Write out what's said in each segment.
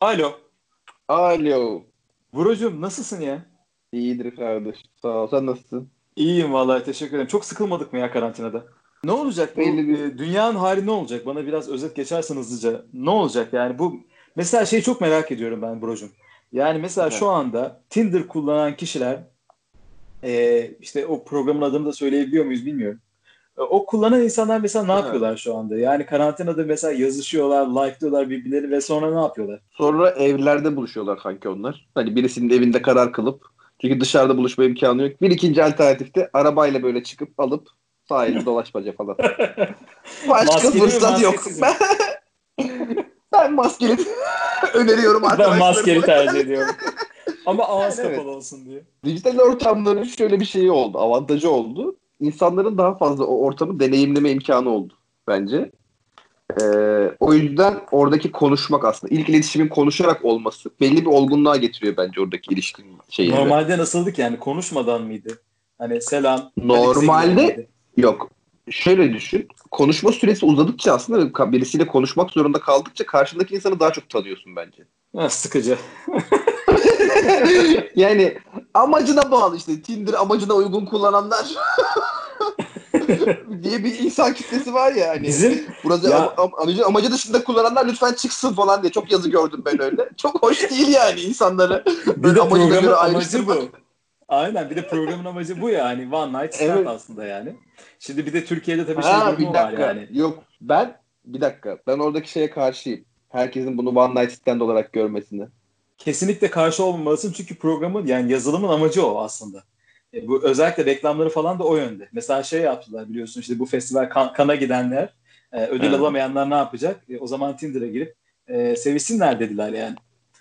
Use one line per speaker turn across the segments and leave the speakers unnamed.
Alo.
Alo.
Vurucum nasılsın ya?
İyidir kardeş. Sağ ol. Sen nasılsın?
İyiyim vallahi teşekkür ederim. Çok sıkılmadık mı ya karantinada? Ne olacak bu
Belli bir...
dünyanın hali ne olacak? Bana biraz özet geçersen hızlıca. Ne olacak yani bu mesela şeyi çok merak ediyorum ben brocum. Yani mesela
Heh.
şu anda Tinder kullanan kişiler işte o programın adını da söyleyebiliyor muyuz bilmiyorum. O kullanan insanlar mesela ne
Ha.
yapıyorlar şu anda? Yani karantinada mesela yazışıyorlar, like'lıyorlar birbirlerini ve sonra ne yapıyorlar?
Sonra evlerde buluşuyorlar kanki onlar. Hani birisinin evinde karar kılıp. Çünkü dışarıda buluşma imkanı yok. Bir ikinci alternatif de arabayla böyle çıkıp alıp sahilde dolaşmaca falan. Başka
Maskeli mi
fırsat yok.
maskesiz mi?
Ben maskeli öneriyorum
Ben
arkadaşlarıma.
maskeli tercih ediyorum. Ama
Yani
ağız
evet.
kapalı olsun diye.
Dijital ortamların şöyle bir şeyi oldu. Avantajı oldu. İnsanların daha fazla o ortamı deneyimleme imkanı oldu bence. O yüzden oradaki konuşmak aslında ilk iletişimin konuşarak olması belli bir olgunluğa getiriyor bence oradaki ilişkinin şeyini de.
Normalde nasıldı ki yani konuşmadan mıydı? Hani selam, hadi bize gidelim
Normalde
miydi?
yok. Şöyle düşün. Konuşma süresi uzadıkça aslında birisiyle konuşmak zorunda kaldıkça karşındaki insanı daha çok tanıyorsun bence.
Ha, sıkıcı.
Yani amacına bağlı işte. Tinder amacına uygun kullananlar diye bir insan kitlesi var ya hani.
Bizim
Burası
ya
amacı dışında kullananlar lütfen çıksın falan diye. Çok yazı gördüm ben öyle. Çok hoş değil yani insanları
bir
böyle
de
amacına
programın
göre
amacı
ayrıştırmak.
bu. Aynen bir de programın amacı bu yani. One night stand
Evet.
aslında yani. Şimdi bir de Türkiye'de tabii şey
Ha bir
durumu var
dakika.
yani.
Yok bir dakika. Ben oradaki şeye karşıyım. Herkesin bunu one night stand olarak görmesini.
Kesinlikle karşı olmamalısın çünkü programın yani yazılımın amacı o aslında. Bu özellikle reklamları falan da o yönde. Mesela şey yaptılar biliyorsun işte bu festival Cannes'a gidenler ödül
Ha.
alamayanlar ne yapacak? O zaman Tinder'a girip sevişsinler dediler yani.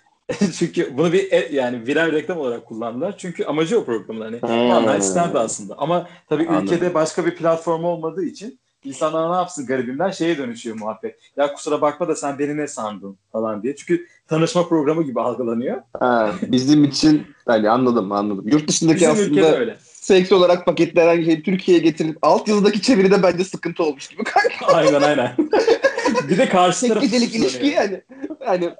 Çünkü bunu bir yani viral reklam olarak kullandılar. Çünkü amacı o programın hani One Night
Ha.
Stand aslında. Ama tabii ülkede
Anladım.
başka bir platform olmadığı için insanlar ne yapsın garibimler şeye dönüşüyor muhabbet. Ya kusura bakma da sen beni ne sandın falan diye. Çünkü tanışma programı gibi algılanıyor.
Ha, bizim için hani anladım. Yurt dışındaki
Bizim ülkede
aslında
öyle.
seks olarak paketlenen şeyi Türkiye'ye getirip altyazıdaki çeviride bence sıkıntı olmuş gibi kanka.
Aynen. Bir de karşı
Tek
tarafı
gecelik ilişki
suçlanıyor.
yani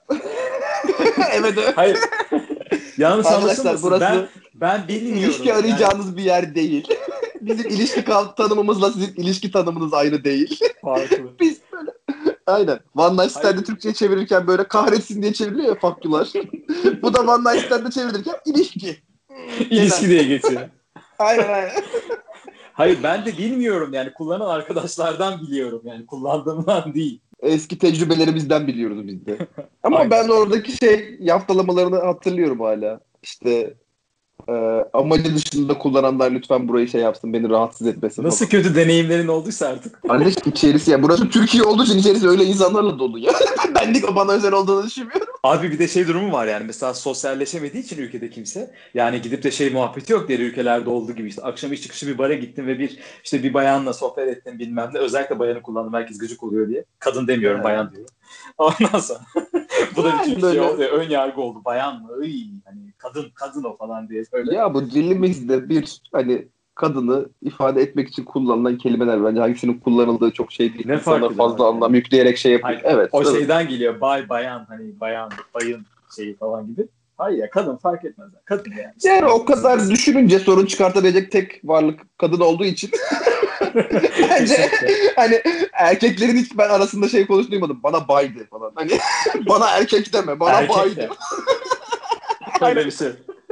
evet evet.
Hayır. Yanlış
Arkadaşlar
anlaşılmasın. Ben
burası
ben
ilişki
bilmiyorum. Yani
arayacağınız bir yer değil. Bizim ilişki tanımımızla sizin ilişki tanımınız aynı değil.
farklı.
Biz böyle aynen. One Night
Hayır.
Stand'ı Türkçe'ye çevirirken böyle kahretsin diye çevriliyor ya faktılar. Bu da One Night Stand'ı çevirirken ilişki. Neden?
İlişki diye geçiyor.
Aynen.
Hayır ben de bilmiyorum yani kullanan arkadaşlardan biliyorum yani kullandığımdan değil.
Eski tecrübelerimizden biliyoruz biz de. Ama
Aynen.
ben oradaki yaftalamalarını hatırlıyorum hala. İşte e, amacı dışında kullananlar lütfen burayı yapsın, beni rahatsız etmesin
Nasıl
falan.
kötü deneyimlerin olduysa artık.
Kardeş içerisi ya burası Türkiye olduğu için içerisi öyle insanlarla dolu ya. Benlik o bana özel olduğunu düşünmüyorum.
Abi bir de şey durumu var yani mesela sosyalleşemediği için ülkede kimse yani gidip de şey muhabbeti yok diğer ülkelerde olduğu gibi işte akşam iş çıkışı bir bara gittin ve bir bayanla sohbet ettin bilmem ne özellikle bayanı kullandım herkes gıcık oluyor diye. Kadın demiyorum
Ha.
bayan diyorum. Ondan sonra bu da bir
Yani
tür şey
böyle
oldu ya, ön yargı oldu bayan mı? Iy, hani kadın o falan diye böyle.
ya bu dilimizde bir hani kadını ifade etmek için kullanılan kelimeler bence hangisinin kullanıldığı çok şey değil.
Ne fark
İnsanlar
eder
fazla
abi
anlam
yani.
yükleyerek yapıyor.
Hayır,
Evet,
o
evet.
şeyden geliyor bay bayan hani bayan bayın şeyi falan gibi. Hayır ya kadın fark etmez. Kadın yani işte
Yani
fark
o
etmez.
kadar düşününce sorun çıkartabilecek tek varlık kadın olduğu için bence
Kesinlikle.
hani erkeklerin hiç ben arasında konuş duymadım. Bana baydı falan. Hani bana erkek deme, bana
Erkek
baydı.
de.
Aynen.
Öyle bir şey.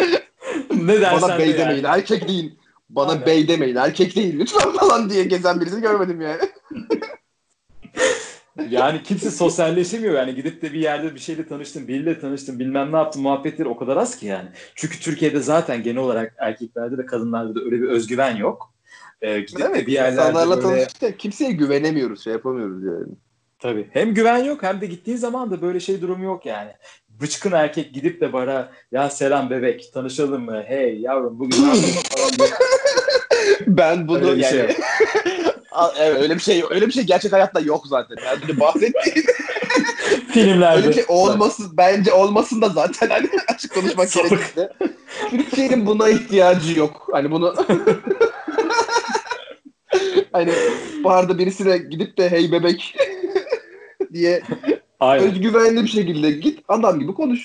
Ne
Bana
dersen de
bey demeyin,
yani.
erkek deyin. Bana
Aynen.
bey demeyin, erkek değil lütfen falan diye gezen birisini görmedim yani.
Yani kimse sosyalleşemiyor yani gidip de bir yerde bir şeyle tanıştım, biriyle tanıştım, bilmem ne yaptım muhabbetleri o kadar az ki yani. Çünkü Türkiye'de zaten genel olarak erkeklerde de kadınlarda da öyle bir özgüven yok. Gidip de bir
Evet,
yerlerde
insanlarla
böyle
tanışırken kimseye güvenemiyoruz, yapamıyoruz yani.
tabii hem güven yok hem de gittiğin zaman da böyle şey durumu yok yani. Bıçkın erkek gidip de bara ya selam bebek tanışalım mı? Hey yavrum bugün ne yapıyorsun falan diye.
Ben bunu
Öyle bir şey
yani
yok.
evet, öyle bir şey yok. Öyle bir şey gerçek hayatta yok zaten. Az önce bahsettiğim öyle bir
Filmlerde
şey olmasın bence olmasın da zaten hani açık konuşmak
sapık.
gerekirse. Türkiye'nin buna ihtiyacı yok. Hani bunu hani barda birisine gidip de hey bebek diye
Aynen.
Özgüvenli bir şekilde git, adam gibi konuş.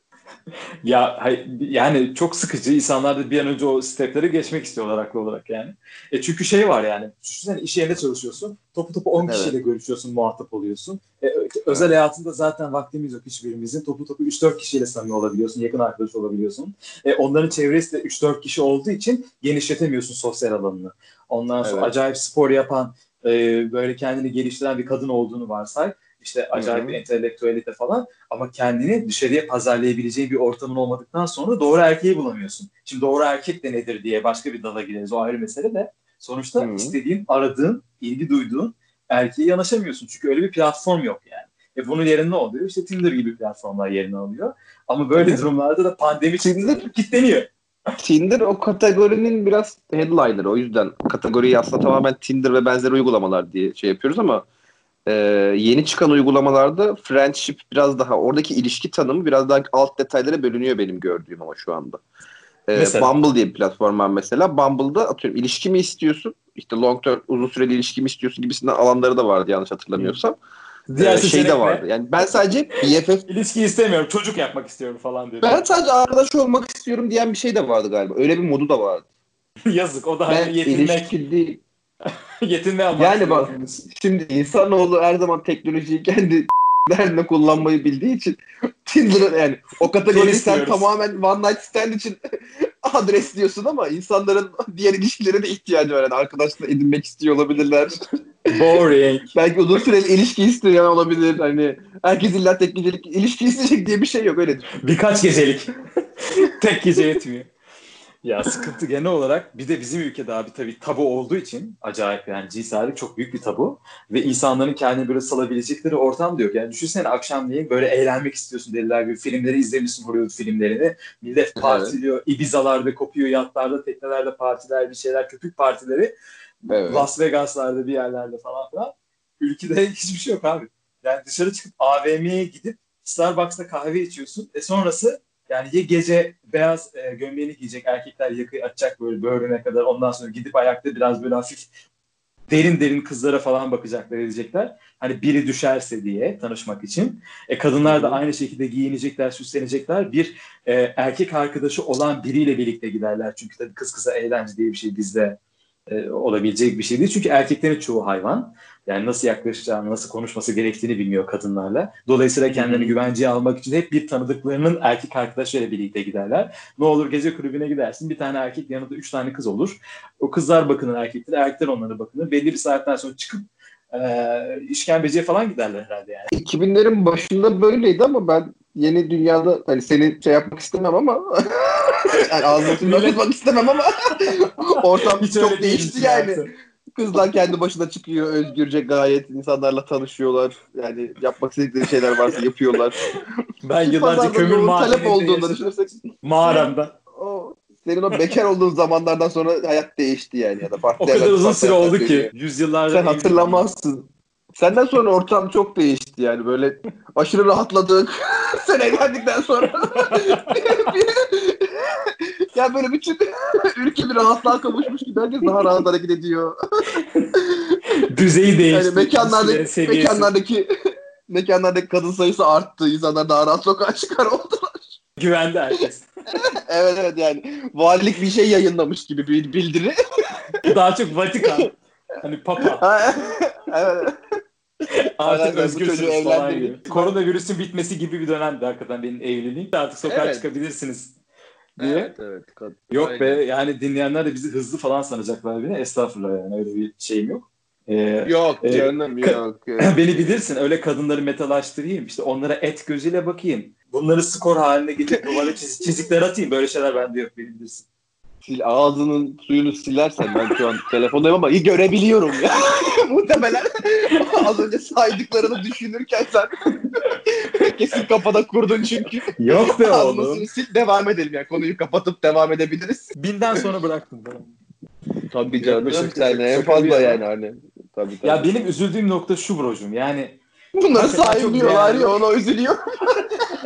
Ya yani çok sıkıcı. İnsanlar da bir an önce o steplere geçmek istiyorlar haklı olarak yani. Çünkü şey var yani. Düşünsene iş yerinde çalışıyorsun. Topu 10
Evet.
kişiyle görüşüyorsun, muhatap oluyorsun. Özel
Evet.
hayatında zaten vaktimiz yok hiçbirimizin. Topu 3-4 kişiyle samimi olabiliyorsun. Yakın arkadaş olabiliyorsun. Onların çevresi de 3-4 kişi olduğu için genişletemiyorsun sosyal alanını. Ondan sonra
Evet.
acayip spor yapan, böyle kendini geliştiren bir kadın olduğunu varsay. İşte
Hı
acayip bir
hı.
entelektüelite falan. Ama kendini dışarıya pazarlayabileceğin bir ortamın olmadıktan sonra doğru erkeği bulamıyorsun. Şimdi doğru erkek de nedir diye başka bir dala gireriz. O ayrı mesele de.
Hı
Sonuçta
hı.
istediğin, aradığın, ilgi duyduğun erkeğe yanaşamıyorsun. Çünkü öyle bir platform yok yani. Bunun yerine ne oluyor? İşte Tinder gibi platformlar yerine alıyor. Ama böyle
Ama
durumlarda da pandemi çıktı
Tinder
mı kilitleniyor.
Tinder o kategorinin biraz headliner. O yüzden kategoriyi aslında tamamen Tinder ve benzeri uygulamalar diye şey yapıyoruz ama e, yeni çıkan uygulamalarda friendship biraz daha, oradaki ilişki tanımı biraz daha alt detaylara bölünüyor benim gördüğüm ama şu anda.
Mesela.
Bumble diye bir platform var mesela. Bumble'da atıyorum ilişki mi istiyorsun? İşte long term, uzun süreli ilişki mi istiyorsun gibisinden alanları da vardı yanlış hatırlamıyorsam.
Diğer
Şey de
seçenek
vardı.
ne?
Yani ben sadece BFF,
İlişki istemiyorum, çocuk yapmak istiyorum falan diyor.
ben sadece arkadaş olmak istiyorum diyen bir şey de vardı galiba. Öyle bir modu da vardı.
Yazık. O da
Ben
hani yetinmek,
ilişki değil.
yetinme amaçlı
Yani bak,
yazılmış.
şimdi insanoğlu her zaman teknolojiyi kendi derdine kullanmayı bildiği için Tinder'ın, yani o
Troll
kategoriyi sen
istiyoruz.
tamamen one night stand için adres diyorsun ama insanların diğer ilişkilere de ihtiyacı var. Yani arkadaşla edinmek istiyor olabilirler.
Boring.
Belki uzun süreli ilişki isteyen olabilir. Hani herkes illa tek gecelik ilişki isteyecek diye bir şey yok, öyle düşün.
Birkaç gecelik. Tek gece yetmiyor. Ya sıkıntı genel olarak bir de bizim ülkede abi tabii tabu olduğu için acayip yani cinsellik çok büyük bir tabu ve insanların kendini böyle salabilecekleri ortam da yok. Yani düşünsene akşamleyin böyle eğlenmek istiyorsun deliler gibi filmleri izlemişsin Hollywood filmlerini. Millet
Evet.
partiliyor, Ibizalarda kopuyor, yatlarda, teknelerde partiler bir şeyler, köpük partileri.
Evet.
Las Vegas'larda bir yerlerde falan filan. Ülkede hiçbir şey yok abi. Yani dışarı çıkıp AVM'ye gidip Starbucks'ta kahve içiyorsun. Sonrası yani ya gece beyaz gömleğini giyecek erkekler yakayı açacak böyle böğrüne kadar ondan sonra gidip ayakta biraz böyle hafif derin derin kızlara falan bakacaklar edecekler. Hani biri düşerse diye tanışmak için.
Hı
Kadınlar da
hı.
aynı şekilde giyinecekler, süslenecekler. Bir erkek arkadaşı olan biriyle birlikte giderler. Çünkü tabii kız kıza eğlence diye bir şey bizde olabilecek bir şey değil. Çünkü erkeklerin çoğu hayvan. Yani nasıl yaklaşacağını, nasıl konuşması gerektiğini bilmiyor kadınlarla. Dolayısıyla
Hı
kendilerini
hı.
güvenceye almak için hep bir tanıdıklarının erkek arkadaşlarıyla birlikte giderler. Ne olur gece kulübüne gidersin. Bir tane erkek yanında 3 tane kız olur. O kızlar bakınır erkeklere, erkekler onlara bakınır. Belli bir saatten sonra çıkıp işkembeciye falan giderler herhalde yani.
2000'lerin başında böyleydi ama ben yeni dünyada, hani seni şey yapmak istemem ama yani ağzına suyu
Millet
tutmak istemem ama ortam
hiç öyle
çok
değilmiş
değişti yani.
meğerse.
Kızlar kendi başına çıkıyor özgürce, gayet insanlarla tanışıyorlar. Yani yapmak istedikleri şeyler varsa yapıyorlar.
Ben
Ki
yıllarca
pazarda
kömür
yoğun talep
madeninde
olduğunda
yaşadım.
düşünürsek
Mağaramda.
o senin o bekar olduğun zamanlardan sonra hayat değişti yani, ya da
O
farklı
kadar
yerlerde
uzun
farklı
süre
hayatlar
oldu ki.
dönüyor.
Yüzyıllardır
Sen
evli gibiyim.
hatırlamazsın. Senden sonra ortam çok değişti yani, böyle aşırı rahatladık. Sen evlendikten sonra ya böyle bütün ülke bir rahatlığa kavuşmuş gibi herkes daha rahat hareket ediyor.
Düzeyi
Yani
değişti. İlişkilerin seviyesi.
mekanlardaki kadın sayısı arttı. İnsanlar daha rahat sokağa çıkar oldu.
Güvende herkes.
Evet, evet, yani valilik bir şey yayınlamış gibi bir bildiri.
Daha çok Vatikan. Hani Papa.
Evet.
Artık
Aynen, bu çocuğu
özgürsünüz falan gibi.
evlendirdik.
Koronavirüsün bitmesi gibi bir dönemdi hakikaten benim evliliğim. Artık sokağa
Evet.
çıkabilirsiniz
Evet,
diye.
evet.
Yok be
Aynen.
yani dinleyenler de bizi hızlı falan sanacaklar beni. Estağfurullah yani öyle bir şeyim yok. Ee,
Yok
e,
canım, yok.
Beni bilirsin öyle kadınları metalaştırayım işte onlara et gözüyle bakayım. Bunları skor haline getirip duvara çizikler atayım. Böyle şeyler bende yok beni bilirsin.
Ağzının suyunu silersen, ben şu an telefondayım ama iyi görebiliyorum ya. Muhtemelen az önce saydıklarını düşünürken sen kesin kafada kurdun çünkü.
Yok be
Ağzının suyunu
oğlum.
sil, devam edelim yani. Konuyu kapatıp devam edebiliriz.
Binden sonra bıraktım falan.
Tabii
Yok be
canım,
şaka,
sen
şaka,
en
şaka bir
fazla
yana.
yani hani. Tabii,
Ya
tabii.
benim üzüldüğüm nokta şu brocum yani
Bunları
hakikaten çok
saymıyorlar ya,
değerli.
ona üzülüyor.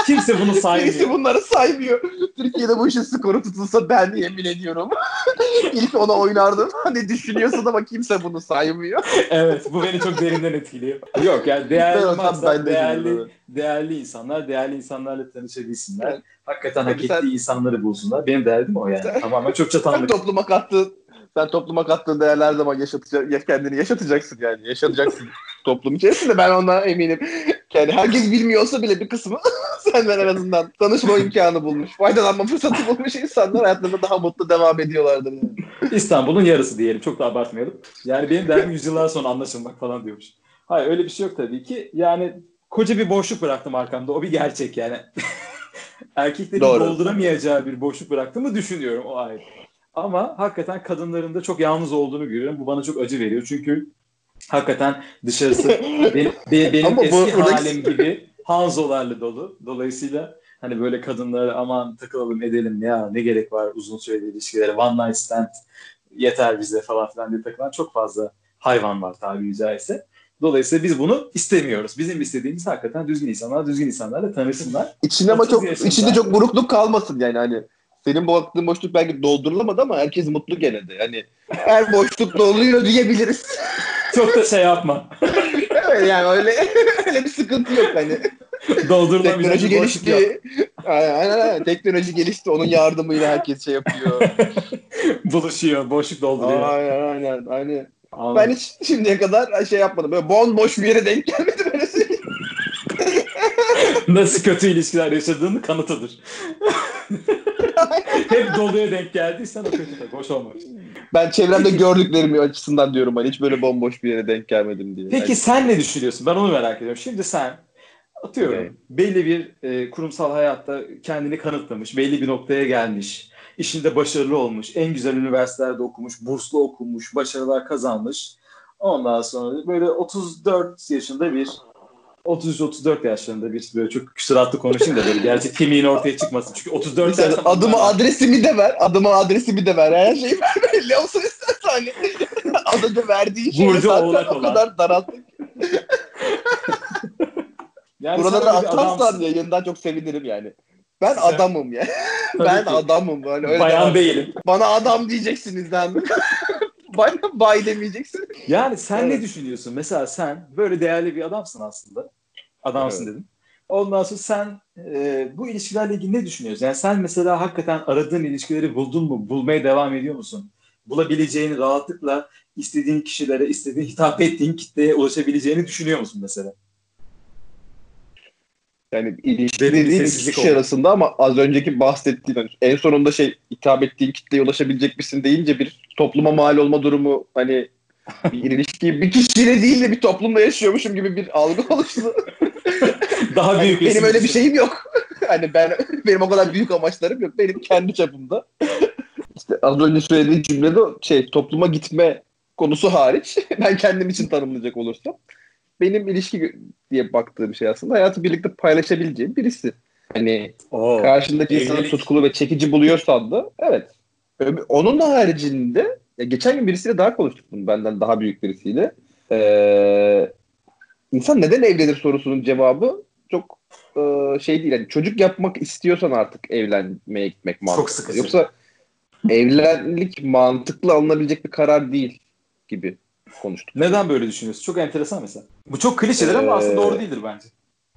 Kimse bunu saymıyor.
Birisi bunları saymıyor. Türkiye'de bu işin skoru tutulsa ben yemin ediyorum. İlk ona oynardım. Hani düşünüyorsun ama kimse bunu saymıyor.
Evet, bu beni çok derinden etkiliyor. Yok yani değerli
Ben olsam
maksat
ben de düşünürdüm.
değerli insanlar değerli insanlarla tanışabilsinler.
Evet.
Hakikaten hak
Tabii
ettiği insanları bulsunlar. Benim derdim o yani.
sen,
Tamamen çok
sen
çatanlık.
topluma kattığın değerler her zaman kendini yaşatacaksın yani. Yaşatacaksın toplum içerisinde, ben ondan eminim. Yani herkes bilmiyorsa bile bir kısmı senden en azından tanışma imkanı bulmuş, faydalanma fırsatı bulmuş insanlar hayatlarında daha mutlu devam ediyorlardır yani.
İstanbul'un yarısı diyelim. Çok da abartmayalım. Yani benim derdim yüzyıllar sonra anlaşılmak falan diyormuş. Hayır öyle bir şey yok tabii ki. Yani koca bir boşluk bıraktım arkamda. O bir gerçek yani. Erkeklerin
Doğru.
dolduramayacağı bir boşluk bıraktığımı düşünüyorum, o ayrı. Ama hakikaten kadınların da çok yalnız olduğunu görüyorum. Bu bana çok acı veriyor. Çünkü hakikaten dışarısı benim
Ama
eski
buradaki
halim gibi Hanzolarla dolu. Dolayısıyla hani böyle kadınlara aman takılalım edelim ya ne gerek var uzun süreli ilişkilere, one night stand yeter bize falan filan diye takılan çok fazla hayvan var tabiri caizse. Dolayısıyla biz bunu istemiyoruz. Bizim istediğimiz hakikaten düzgün insanlar, düzgün insanlarla tanışsınlar.
ama
30
içinde
yaşında
çok burukluk kalmasın yani, hani senin bu baktığın boşluk belki doldurulamadı ama herkes mutlu gene de. Yani her boşluk doluyor diyebiliriz.
çok da şey yapma.
Evet, yani öyle bir sıkıntı yok hani.
Doldurulamayacak
Teknoloji
bir boşluk yok.
gelişti. Aynen. Teknoloji gelişti. Onun yardımıyla herkes şey yapıyor.
Buluşuyor, boşluk dolduruyor.
Aynen. Ben
Anladım.
hiç şimdiye kadar şey yapmadım. Böyle bomboş bir yere denk gelmedim öyle söyleyeyim.
Nasıl kötü ilişkiler yaşadığını kanıtıdır. Hep doluya denk geldiysen o kötü de boş olmamış.
Ben çevremde
Peki,
gördüklerimi açısından diyorum, hani hiç böyle bomboş bir yere denk gelmedim diye.
peki
Yani,
sen ne düşünüyorsun? Ben onu merak ediyorum. Şimdi sen
ne?
atıyorum belli bir kurumsal hayatta kendini kanıtlamış, belli bir noktaya gelmiş, işinde başarılı olmuş, en güzel üniversitelerde okumuş, burslu okumuş, başarılar kazanmış. Ondan sonra böyle 34 yaşında bir 33-34 yaşlarında bir böyle çok küsuratlı konuşayım da böyle gerçek kimliğin ortaya çıkmasın. Çünkü
Bir
34
saniye,
dersem onlar var.
adımı adresimi de ver. Her şeyi ver belli olsun istersen hani. Az önce verdiğin şeyle
Burcu
zaten
Oğlak
o
olan.
kadar daralttık.
Yani sen
Buraları
öyle bir
atarsan
adamsın.
yayından çok sevinirim yani. Ben
Sen,
adamım ya.
tabii
Ben
ki.
adamım. Böyle öyle
Bayan
devam edelim.
değilim.
Bana adam diyeceksiniz lan. Bana bay demeyeceksiniz.
Yani sen ne
Evet.
düşünüyorsun? Mesela sen böyle değerli bir adamsın aslında. Adamsın
Evet.
dedim. Ondan sonra sen bu ilişkilerle ilgili ne düşünüyorsun? Yani sen mesela hakikaten aradığın ilişkileri buldun mu? Bulmaya devam ediyor musun? Bulabileceğini rahatlıkla istediğin kişilere, istediğin hitap ettiğin kitleye ulaşabileceğini düşünüyor musun mesela?
Yani ilişki
Derin bir
dediğin iki
sessizlik
kişi
oldu.
arasında ama az önceki bahsettiğin hani en sonunda hitap ettiğin kitleye ulaşabilecek misin deyince bir topluma mal olma durumu, hani bir ilişkiyi bir kişiyle değil de bir toplumla yaşıyormuşum gibi bir algı oluştu.
Daha büyük
Hani benim
resmi
öyle bir
düşün.
şeyim yok. Hani benim o kadar büyük amaçlarım yok. Benim kendi çapımda. İşte az önce söylediğim cümlede topluma gitme konusu hariç ben kendim için tanımlayacak olursam benim ilişki diye baktığım şey aslında hayatı birlikte paylaşabileceğim birisi. Hani
Oo,
karşındaki insanı
evlilik.
tutkulu ve çekici buluyorsan da evet. Onun da haricinde ya geçen gün birisiyle daha konuştuk bunu, benden daha büyük birisiyle. Ee, İnsan neden evlenir sorusunun cevabı çok şey değil. Yani çocuk yapmak istiyorsan artık evlenmeye gitmek
Çok
mantıklı.
sıkıcı.
Yoksa evlilik mantıklı alınabilecek bir karar değil gibi konuştuk.
Neden böyle düşünüyorsun? Çok enteresan mesela. Bu çok klişedir ama aslında doğru
Ee,
değildir bence.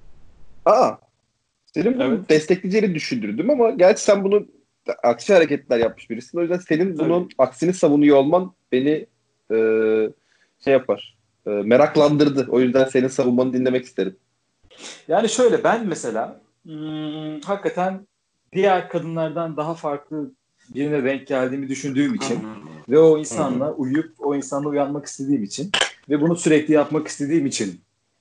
aa, senin bunu
Evet.
destekleyeceğini düşündürdüm ama gerçi sen bunu aksi hareketler yapmış birisin. O yüzden senin
Tabii.
bunun aksini savunuyor olman beni e, şey yapar. Meraklandırdı. O yüzden senin savunmanı dinlemek isterim.
Yani şöyle ben mesela hakikaten diğer kadınlardan daha farklı birine denk geldiğimi düşündüğüm için ve o
Hı hı.
insanla uyuyup o insanla uyanmak istediğim için ve bunu sürekli yapmak istediğim için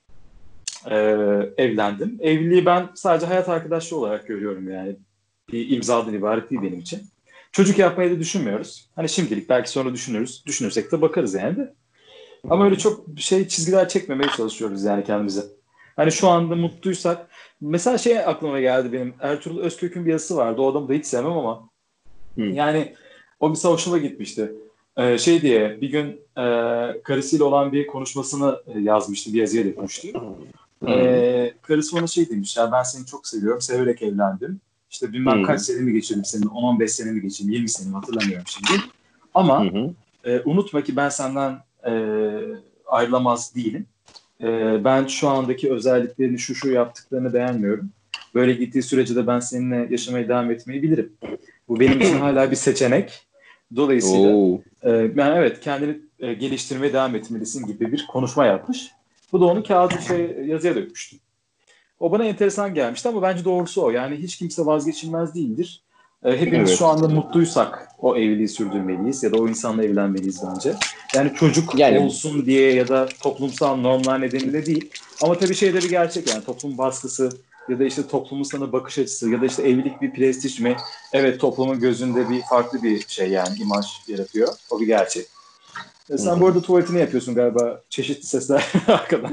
e, evlendim. Evliliği ben sadece hayat arkadaşlığı olarak görüyorum yani. Bir imzadan ibaret değil benim için. Çocuk yapmayı da düşünmüyoruz. Hani şimdilik belki sonra düşünürüz. Düşünürsek de bakarız yani de. Ama öyle çok şey çizgiler çekmemeye çalışıyoruz yani kendimize. Hani şu anda mutluysak mesela şey aklıma geldi benim Ertuğrul Özkök'ün bir yazısı vardı. O adamı da hiç sevmem ama
Hı.
yani o mesela hoşuma gitmişti. Şey diye bir gün karısıyla olan bir konuşmasını yazmıştı, bir yazıya dökmüştü. Karısı ona şey demiş ya, ben seni çok seviyorum, severek evlendim. İşte bilmem kaç senemi geçirdim senin, 10-15 senemi geçirdim, 20 senemi hatırlamıyorum şimdi. Ama unutma ki ben senden ayrılamaz değilim. Ben şu andaki özelliklerini, şu yaptıklarını beğenmiyorum. Böyle gittiği sürece de ben seninle yaşamaya devam etmeyi bilirim. Bu benim için hala bir seçenek. Dolayısıyla yani evet, kendini geliştirmeye devam etmelisin gibi bir konuşma yapmış. Bu da onu yazıya dökmüştü. O bana enteresan gelmişti ama bence doğrusu o. Yani hiç kimse vazgeçilmez değildir. Hepimiz şu anda mutluysak o evliliği sürdürmeliyiz ya da o insanla evlenmeliyiz bence. Yani çocuk olsun diye ya da toplumsal normlar nedeniyle değil. Ama tabii şey de bir gerçek, yani toplum baskısı ya da işte toplumun sana bakış açısı ya da işte evlilik bir prestij mi? Evet, toplumun gözünde bir farklı bir şey, yani imaj yaratıyor. O bir gerçek. Sen bu arada tuvaletini yapıyorsun galiba. Çeşitli sesler arkadan.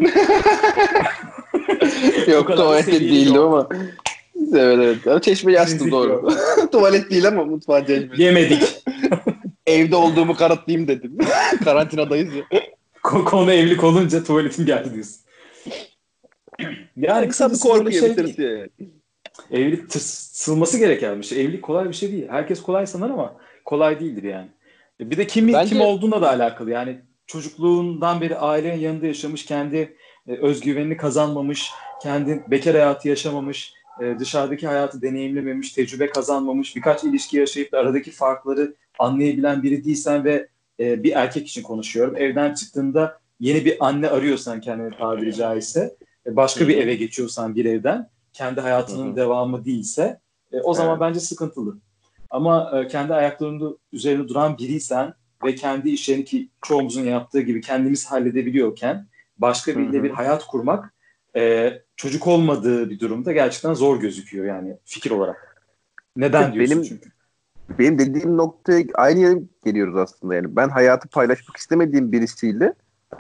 Yok, tuvalet değildi ama. Evet. Ama çeşmeyi açtım, doğru. Tuvalet değil ama mutfağın çeşmesi.
Yemedik.
Evde olduğumu kanıtlayayım dedim. Karantinadayız ya.
Konu evlilik olunca tuvaletim geldi diyorsun. Yani kısacası böyle şey değil. Evlilik tırsılması gereken bir şey. Evlilik kolay bir şey değil. Herkes kolay sanır ama kolay değildir yani. Bir de kim olduğuna da alakalı. Yani çocukluğundan beri ailenin yanında yaşamış, kendi özgüvenini kazanmamış, kendi bekar hayatı yaşamamış, dışarıdaki hayatı deneyimlememiş, tecrübe kazanmamış, birkaç ilişki yaşayıp da aradaki farkları anlayabilen biri değilsen ve bir erkek için konuşuyorum. Evden çıktığında yeni bir anne arıyorsan, kendine tabiri caizse, başka bir eve geçiyorsan bir evden, kendi hayatının devamı değilse o zaman bence sıkıntılı. Ama kendi ayaklarının üzerine duran biriysen ve kendi işlerini, ki çoğumuzun yaptığı gibi, kendimiz halledebiliyorken başka biriyle bir hayat kurmak çocuk olmadığı bir durumda gerçekten zor gözüküyor yani, fikir olarak. Neden diyorsun çünkü?
Benim dediğim noktaya aynı yere geliyoruz aslında yani. Ben hayatı paylaşmak istemediğim birisiyle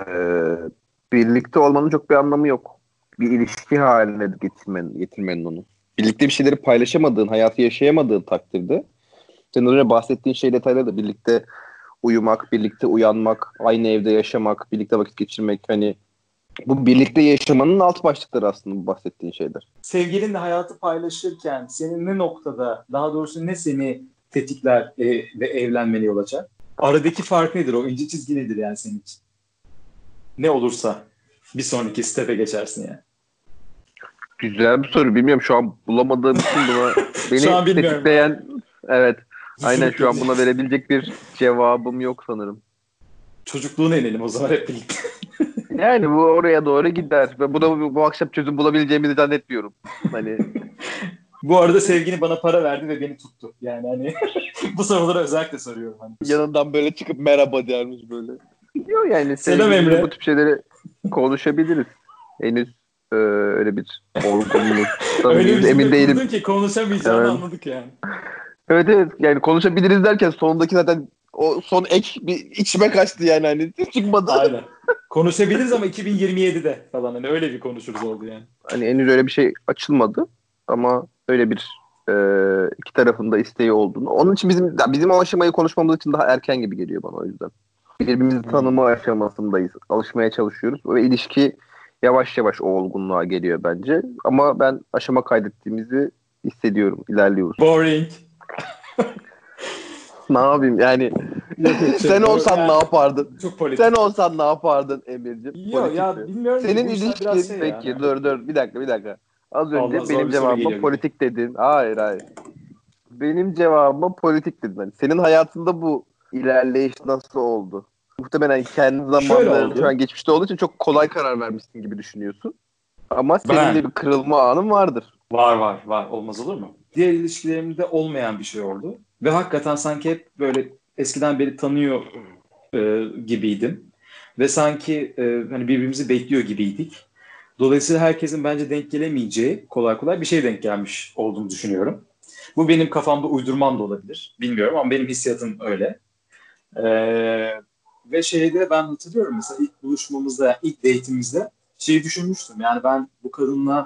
birlikte olmanın çok bir anlamı yok. Bir ilişki haline getirmenin onu. Birlikte bir şeyleri paylaşamadığın, hayatı yaşayamadığın takdirde, senin önce bahsettiğin detayları da, birlikte uyumak, birlikte uyanmak, aynı evde yaşamak, birlikte vakit geçirmek, hani bu birlikte yaşamanın alt başlıkları aslında bu bahsettiğin şeyler.
Sevgilinle hayatı paylaşırken senin ne noktada, daha doğrusu ne seni tetikler ve evlenmeli olacak? Aradaki fark nedir? O ince çizgi nedir yani senin için? Ne olursa bir sonraki step'e geçersin yani.
Güzel bir soru. Bilmiyorum, şu an bulamadığım için buna beni tetikleyen, evet. Aynen, şu an buna verebilecek bir cevabım yok sanırım.
Çocukluğuna inelim o zaman hep birlikte.
Yani bu oraya doğru gider. Ve bu akşam çözüm bulabileceğimizi zannetmiyorum. Hani
bu arada sevgini bana para verdi ve beni tuttu. Yani hani bu soruları özellikle soruyorum. Hani.
Yanından böyle çıkıp merhaba dermiş böyle. Yok yani,
selam Emre.
Bu tip şeyleri konuşabiliriz. Henüz öyle bir olgunluk.
Öyle bir
emin değilim.
Kurdun ki konuşamayacağını anladık yani.
Evet, yani konuşabiliriz derken sonundaki zaten o son ek bir içime kaçtı yani, hani çıkmadı.
Aynen. Konuşabiliriz ama 2027'de falan, hani öyle bir konuşuruz oldu yani.
Hani henüz öyle bir şey açılmadı ama öyle bir iki tarafında isteği olduğunu. Onun için bizim o aşamayı konuşmamız için daha erken gibi geliyor bana, o yüzden. Birbirimizi tanıma aşamasındayız. Alışmaya çalışıyoruz ve ilişki yavaş yavaş o olgunluğa geliyor bence. Ama ben aşama kaydettiğimizi hissediyorum. İlerliyoruz.
Boring.
Ne yapayım yani? Sen olsan ne yapardın?
Çok politik.
Sen olsan ne yapardın Emir'ciğim?
Yok ya, bilmiyorum.
Senin ilişkin peki yani. Dur bir dakika. Az önce
Allah,
benim cevabıma politik dedin. Hayır. Benim cevabıma politik dedin. Yani senin hayatında bu ilerleyiş nasıl oldu? Muhtemelen kendi zamanında şu an geçmişte olduğu için çok kolay karar vermişsin gibi düşünüyorsun. Ama senin de bir kırılma anın vardır.
Var. Olmaz olur mu? Diğer ilişkilerimde olmayan bir şey oldu. Ve hakikaten sanki hep böyle eskiden beri tanıyor gibiydim. Ve sanki hani birbirimizi bekliyor gibiydik. Dolayısıyla herkesin bence denk gelemeyeceği kolay bir şey denk gelmiş olduğunu düşünüyorum. Bu benim kafamda uydurmam da olabilir. Bilmiyorum ama benim hissiyatım öyle. Ve ben hatırlıyorum mesela ilk buluşmamızda, ilk date'imizde düşünmüştüm. Yani ben bu kadınla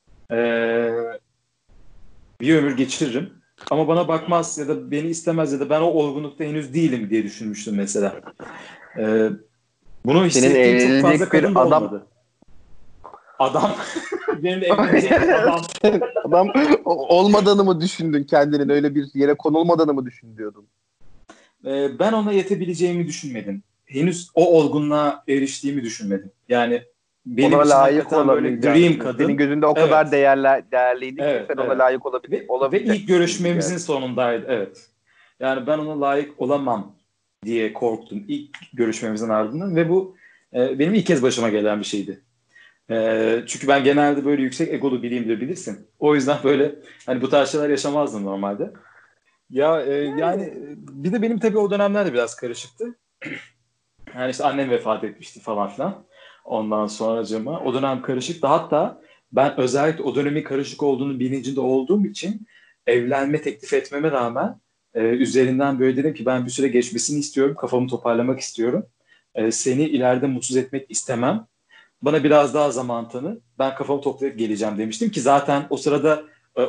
bir ömür geçiririm. Ama bana bakmaz ya da beni istemez ya da ben o olgunlukta henüz değilim diye düşünmüştüm mesela. Bunu hissettiğim çok fazla kadın da olmadı. Adam benim de evleneceğim adam.
Adam olmadığını mı düşündün kendinin? Öyle bir yere konulmadığını mı düşünüyordun?
Ben ona yetebileceğimi düşünmedim. Henüz o olgunluğa eriştiğimi düşünmedim. Yani benim
Ona
için
layık
hakikaten böyle
olamayacağını
dream
düşünüyorum. Senin
kadın.
gözünde o kadar
Evet,
değerliydi ki
evet,
sen ona
evet.
layık
Ve ilk
olamayacaksın gibi
görüşmemizin
geldi.
sonundaydı. Evet. Yani ben ona layık olamam diye korktum ilk görüşmemizin ardından ve bu benim ilk kez başıma gelen bir şeydi. Çünkü ben genelde böyle yüksek egolu biriyimdir bilirsin. O yüzden böyle hani bu tarz şeyler yaşamazdım normalde. Ya yani bir de benim tabii o dönemlerde biraz karışıktı. Yani işte annem vefat etmişti falan filan. Ondan sonracığıma o dönem karışıktı. Hatta ben özellikle o dönemin karışık olduğunu bilincinde olduğum için evlenme teklif etmeme rağmen üzerinden böyle dedim ki ben bir süre geçmesini istiyorum. Kafamı toparlamak istiyorum. Seni ileride mutsuz etmek istemem. Bana biraz daha zaman tanı. Ben kafamı toplayıp geleceğim demiştim ki zaten o sırada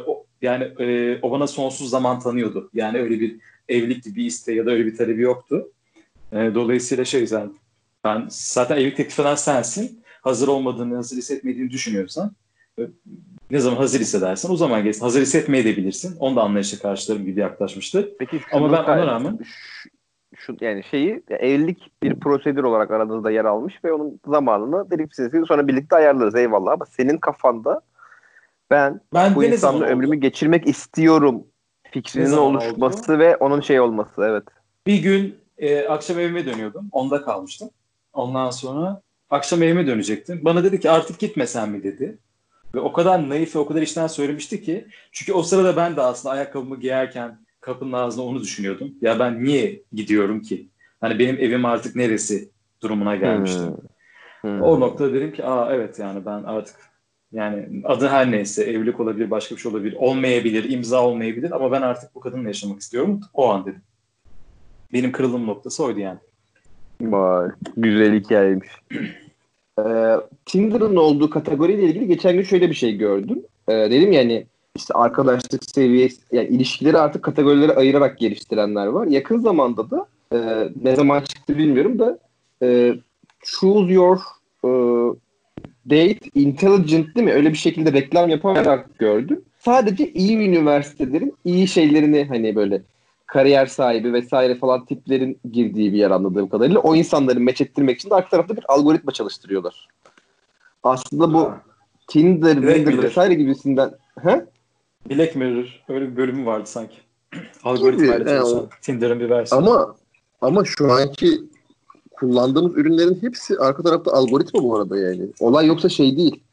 o bana sonsuz zaman tanıyordu. Yani öyle bir evlilikti bir isteği ya da öyle bir talebi yoktu. Dolayısıyla ben zaten evlilik teklif eden sensin. Hazır olmadığını, hazır hissetmediğini düşünüyorsan ne zaman hazır hissedersen o zaman gelsin. Hazır hissetmeyebilirsin. Onu da anlayışla karşılarım gibi yaklaşmıştı.
Peki
Ama ben ona rağmen
yani evlilik bir prosedür olarak aranızda yer almış ve onun zamanını belirtisiz sonra birlikte ayarlarız eyvallah ama senin kafanda ben
ben
bu
de ne zaman
insanla ömrümü
oldu?
geçirmek istiyorum
Ne
fikrinin
zaman oldu?
oluşması ve onun olması evet.
Bir gün akşam evime dönüyordum. Onda kalmıştım. Ondan sonra akşam evime dönecektim. Bana dedi ki artık gitmesen mi dedi. Ve o kadar naif ve o kadar içten söylemişti ki. Çünkü o sırada ben de aslında ayakkabımı giyerken kapının ağzında onu düşünüyordum. Ya ben niye gidiyorum ki? Hani benim evim artık neresi durumuna
Hmm,
gelmiştim. O
hmm.
noktada dedim ki evet yani ben artık yani adı her neyse evlilik olabilir başka bir şey olabilir olmayabilir imza olmayabilir ama ben artık bu kadınla yaşamak istiyorum. O an dedim. Benim kırılım noktası oydu yani.
Vay, güzel hikayeymiş. Tinder'ın olduğu kategoriyle ilgili geçen gün şöyle bir şey gördüm. Dedim yani işte arkadaşlık seviyesi, yani ilişkileri artık kategorilere ayırarak geliştirenler var. Yakın zamanda da ne zaman çıktı bilmiyorum da e, choose your e, date intelligent değil mi? Öyle bir şekilde reklam yaparak gördüm. Sadece iyi üniversitelerin iyi şeylerini hani böyle kariyer sahibi vesaire falan tiplerin girdiği bir yer anladığım kadarıyla. O insanları meç ettirmek için de arka tarafta bir algoritma çalıştırıyorlar. Aslında bu
Ha.
Tinder,
Black
Minder
Mirror.
vesaire gibisinden
Black Mirror. Öyle bir bölümü vardı sanki.
gibi.
Algoritmayla çalışan Tinder'ın bir versiyonu.
Ama şu anki kullandığımız ürünlerin hepsi arka tarafta algoritma bu arada yani. Olay yoksa değil.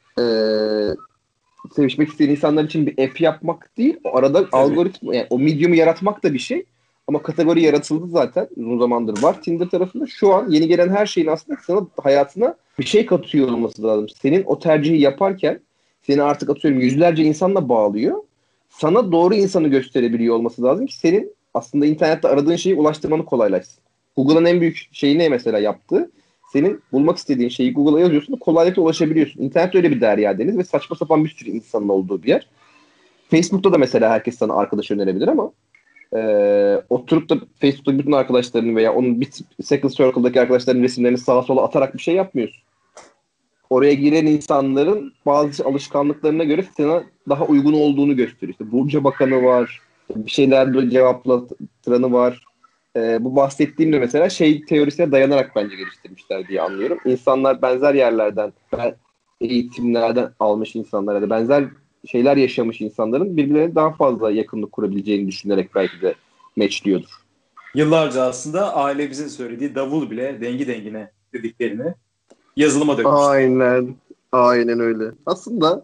Sevişmek isteyen insanlar için bir app yapmak değil. O arada
Tabii.
algoritma yani o medium'u yaratmak da bir şey. Ama kategori yaratıldı zaten. Uzun zamandır var Tinder tarafında. Şu an yeni gelen her şeyin aslında sana hayatına bir şey katıyor olması lazım. Senin o tercihi yaparken seni artık atıyorum yüzlerce insanla bağlıyor. Sana doğru insanı gösterebiliyor olması lazım ki senin aslında internette aradığın şeyi ulaştırmanı kolaylaşsın. Google'ın en büyük şeyi ne mesela yaptığı? Senin bulmak istediğin şeyi Google'a yazıyorsun, kolaylıkla ulaşabiliyorsun. İnternet öyle bir derya deniz ve saçma sapan bir sürü insanın olduğu bir yer. Facebook'ta da mesela herkes sana arkadaş önerebilir ama oturup da Facebook'ta bütün arkadaşlarını veya onun bir second circle'daki arkadaşlarının resimlerini sağa sola atarak bir şey yapmıyorsun. Oraya giren insanların bazı alışkanlıklarına göre sana daha uygun olduğunu gösteriyor. İşte Burcu Bakanı var, bir şeyler cevaplatıranı var. Bu bahsettiğim de mesela teorisine dayanarak bence geliştirmişler diye anlıyorum. İnsanlar benzer yerlerden, eğitimlerden almış insanlar ya da benzer şeyler yaşamış insanların birbirlerine daha fazla yakınlık kurabileceğini düşünerek belki de matchliyordur.
Yıllarca aslında ailemizin söylediği davul bile dengi dengine dediklerini yazılıma dökmüşler.
Aynen. Aynen öyle. Aslında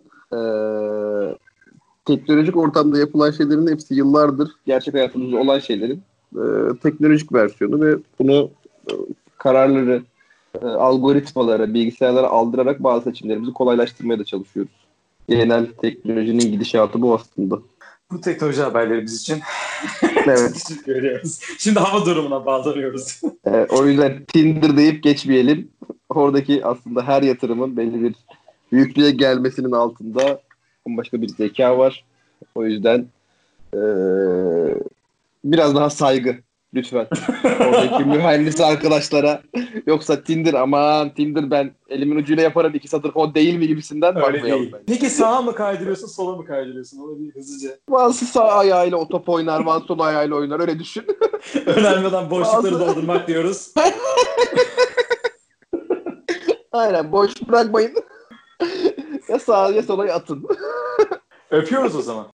teknolojik ortamda yapılan şeylerin hepsi yıllardır gerçek hayatımızda olan şeylerin teknolojik versiyonu ve bunu e, kararları, algoritmalara, bilgisayarlara aldırarak bazı seçimlerimizi kolaylaştırmaya da çalışıyoruz. Genel teknolojinin gidişatı bu aslında.
Bu teknoloji haberlerimiz için
Evet.
teşekkür ediyoruz. Şimdi hava durumuna bağlanıyoruz.
O yüzden Tinder deyip geçmeyelim. Oradaki aslında her yatırımın belli bir büyüklüğe gelmesinin altında başka bir zeka var. O yüzden e, biraz daha saygı. Lütfen. Oradaki mühendis arkadaşlara yoksa Tinder ben elimin ucuyla yaparım 2 satır kod değil mi gibisinden
Öyle
bakmayalım
değil.
bence.
Peki sağa mı kaydırıyorsun, sola mı kaydırıyorsun? Onu bir hızlıca.
Bazısı sağ ayağıyla o top oynar, bazı sol ayağıyla oynar. Öyle düşün.
Önemli olan boşlukları
Bazı...
doldurmak diyoruz.
Aynen boş bırakmayın. Ya sağa ya sola atın.
Öpüyoruz o zaman.